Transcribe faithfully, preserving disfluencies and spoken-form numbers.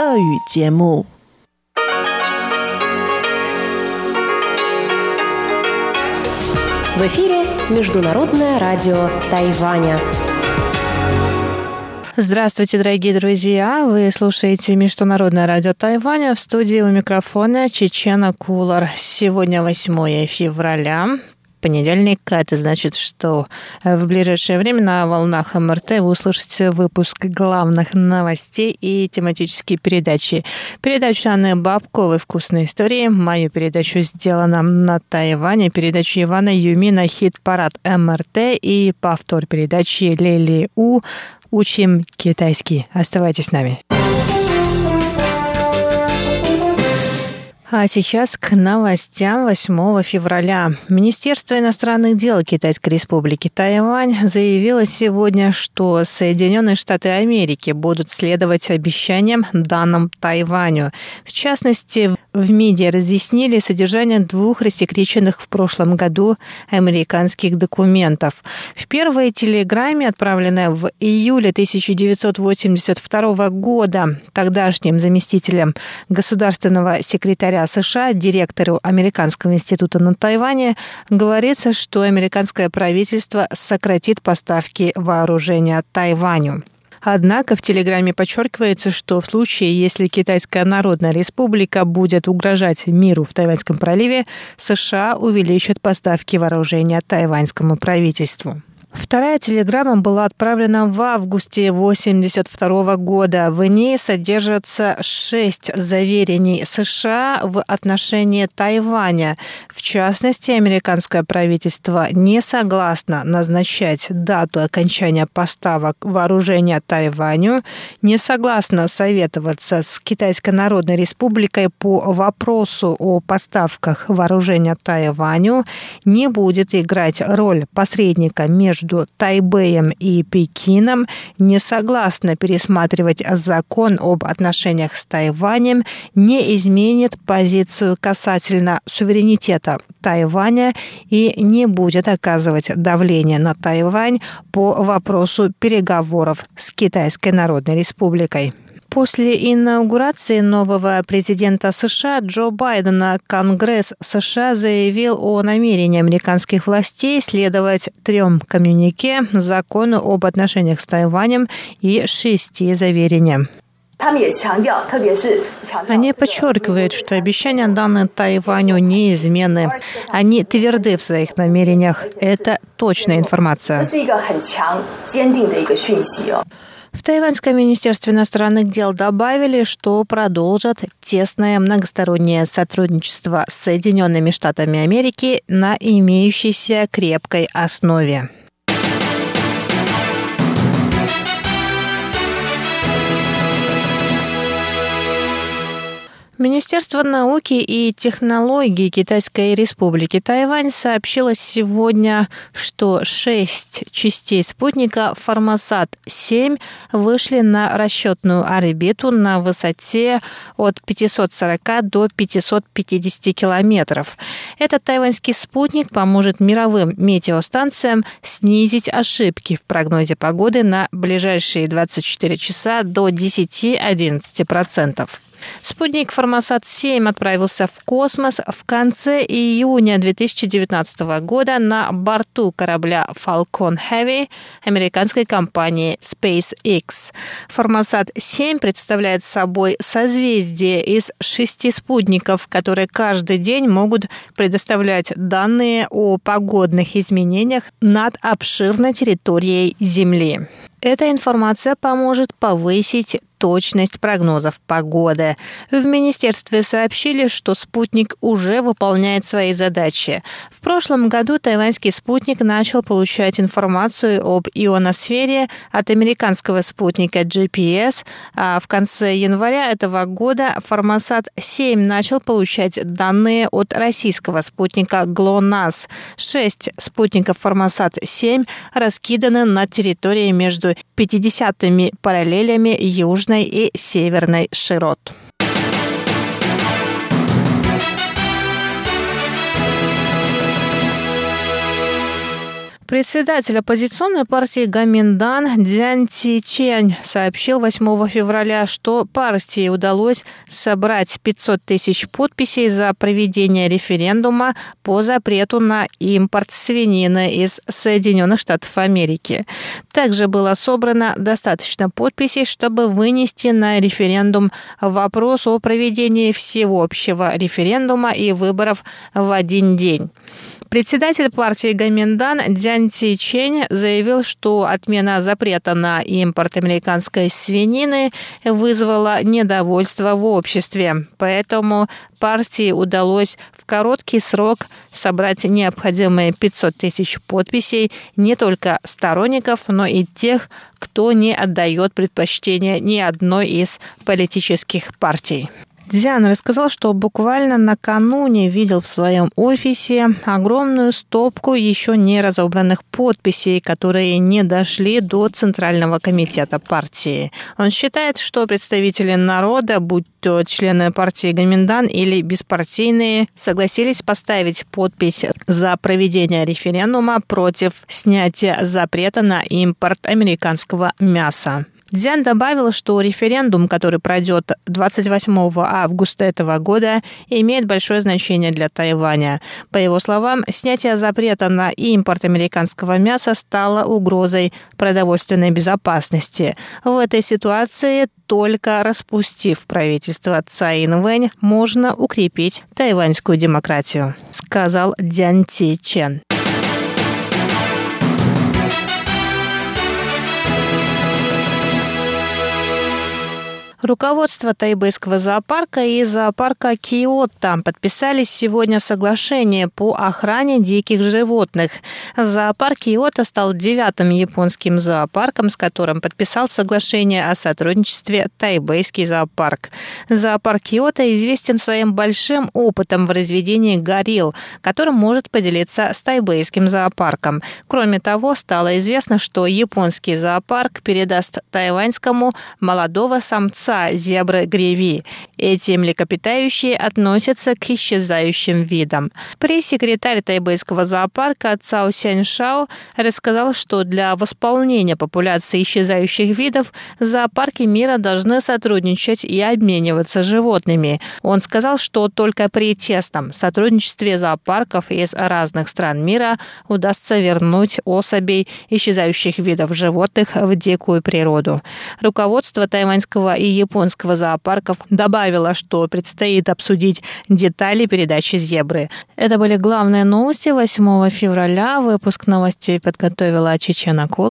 俄语节目。 В эфире Международное радио Тайваня. Здравствуйте, дорогие друзья! Вы слушаете Международное радио Тайваня. В студии у микрофона Чечена Кулар. Сегодня восьмое февраля. Понедельник. Это значит, что в ближайшее время на волнах эм эр тэ вы услышите выпуск главных новостей и тематические передачи. Передачу Анны Бабковой «Вкусные истории», мою передачу «Сделано на Тайване», передачу Ивана Юмина «Хит-парад эм эр тэ» и повтор передачи Лили У «Учим китайский». Оставайтесь с нами. А сейчас к новостям восьмого февраля. Министерство иностранных дел Китайской Республики Тайвань заявило сегодня, что Соединенные Штаты Америки будут следовать обещаниям, данным Тайваню. В частности, в МИДе разъяснили содержание двух рассекреченных в прошлом году американских документов. В первой телеграмме, отправленной в июле тысяча девятьсот восемьдесят второго года тогдашним заместителем государственного секретаря США, директору Американского института на Тайване, говорится, что американское правительство сократит поставки вооружения Тайваню. Однако в телеграмме подчеркивается, что в случае, если Китайская Народная Республика будет угрожать миру в Тайваньском проливе, США увеличат поставки вооружения тайваньскому правительству. Вторая телеграмма была отправлена в августе тысяча девятьсот восемьдесят второго года. В ней содержатся шесть заверений США в отношении Тайваня. В частности, американское правительство не согласно назначать дату окончания поставок вооружения Тайваню, не согласно советоваться с Китайской Народной Республикой по вопросу о поставках вооружения Тайваню, не будет играть роль посредника между между Тайбэем и Пекином, не согласна пересматривать закон об отношениях с Тайванем, не изменит позицию касательно суверенитета Тайваня и не будет оказывать давление на Тайвань по вопросу переговоров с Китайской Народной Республикой. После инаугурации нового президента США Джо Байдена Конгресс США заявил о намерении американских властей следовать трем коммюнике, закону об отношениях с Тайванем и шести заверениям. Они подчеркивают, что обещания, данные Тайваню, неизменны. Они тверды в своих намерениях. Это точная информация. В Тайваньском министерстве иностранных дел добавили, что продолжат тесное многостороннее сотрудничество с Соединенными Штатами Америки на имеющейся крепкой основе. Министерство науки и технологий Китайской Республики Тайвань сообщило сегодня, что шесть частей спутника Формосат семь вышли на расчетную орбиту на высоте от пятисот сорока до пятисот пятидесяти километров. Этот тайваньский спутник поможет мировым метеостанциям снизить ошибки в прогнозе погоды на ближайшие двадцать четыре часа до десяти-одиннадцати процентов. Спутник Формосат семь отправился в космос в конце июня две тысячи девятнадцатого года на борту корабля Falcon Heavy американской компании SpaceX. Формосат семь представляет собой созвездие из шести спутников, которые каждый день могут предоставлять данные о погодных изменениях над обширной территорией Земли. Эта информация поможет повысить точность прогнозов погоды. В министерстве сообщили, что спутник уже выполняет свои задачи. В прошлом году тайваньский спутник начал получать информацию об ионосфере от американского спутника джи пи эс, а в конце января этого года Формосат семь начал получать данные от российского спутника ГЛОНАСС. Шесть спутников Формосат семь раскиданы на территории между пятидесятыми параллелями южной и северной широт. Председатель оппозиционной партии Гоминдан Дзян Цзичень сообщил восьмого февраля, что партии удалось собрать пятьсот тысяч подписей за проведение референдума по запрету на импорт свинины из Соединенных Штатов Америки. Также было собрано достаточно подписей, чтобы вынести на референдум вопрос о проведении всеобщего референдума и выборов в один день. Председатель партии Гоминдан Дзян Цзичень заявил, что отмена запрета на импорт американской свинины вызвала недовольство в обществе. Поэтому партии удалось в короткий срок собрать необходимые пятьсот тысяч подписей не только сторонников, но и тех, кто не отдает предпочтение ни одной из политических партий. Дзян рассказал, что буквально накануне видел в своем офисе огромную стопку еще не разобранных подписей, которые не дошли до Центрального комитета партии. Он считает, что представители народа, будь то члены партии Гоминдан или беспартийные, согласились поставить подпись за проведение референдума против снятия запрета на импорт американского мяса. Дзян добавил, что референдум, который пройдет двадцать восьмого августа этого года, имеет большое значение для Тайваня. По его словам, снятие запрета на импорт американского мяса стало угрозой продовольственной безопасности. В этой ситуации только распустив правительство Цай Инвэнь, можно укрепить тайваньскую демократию, сказал Дзян Цзичень. Руководство Тайбэйского зоопарка и зоопарка Киото подписали сегодня соглашение по охране диких животных. Зоопарк Киото стал девятым японским зоопарком, с которым подписал соглашение о сотрудничестве Тайбэйский зоопарк. Зоопарк Киото известен своим большим опытом в разведении горилл, которым может поделиться с Тайбэйским зоопарком. Кроме того, стало известно, что японский зоопарк передаст тайваньскому молодого самца зебры греви. Эти млекопитающие относятся к исчезающим видам. Пресс-секретарь Тайбэйского зоопарка Цао Сяньшао рассказал, что для восполнения популяции исчезающих видов зоопарки мира должны сотрудничать и обмениваться животными. Он сказал, что только при тесном сотрудничестве зоопарков из разных стран мира удастся вернуть особей исчезающих видов животных в дикую природу. Руководство тайваньского и японского зоопарков добавила, что предстоит обсудить детали передачи зебры. Это были главные новости восьмого февраля. Выпуск новостей подготовила Чечена Кул.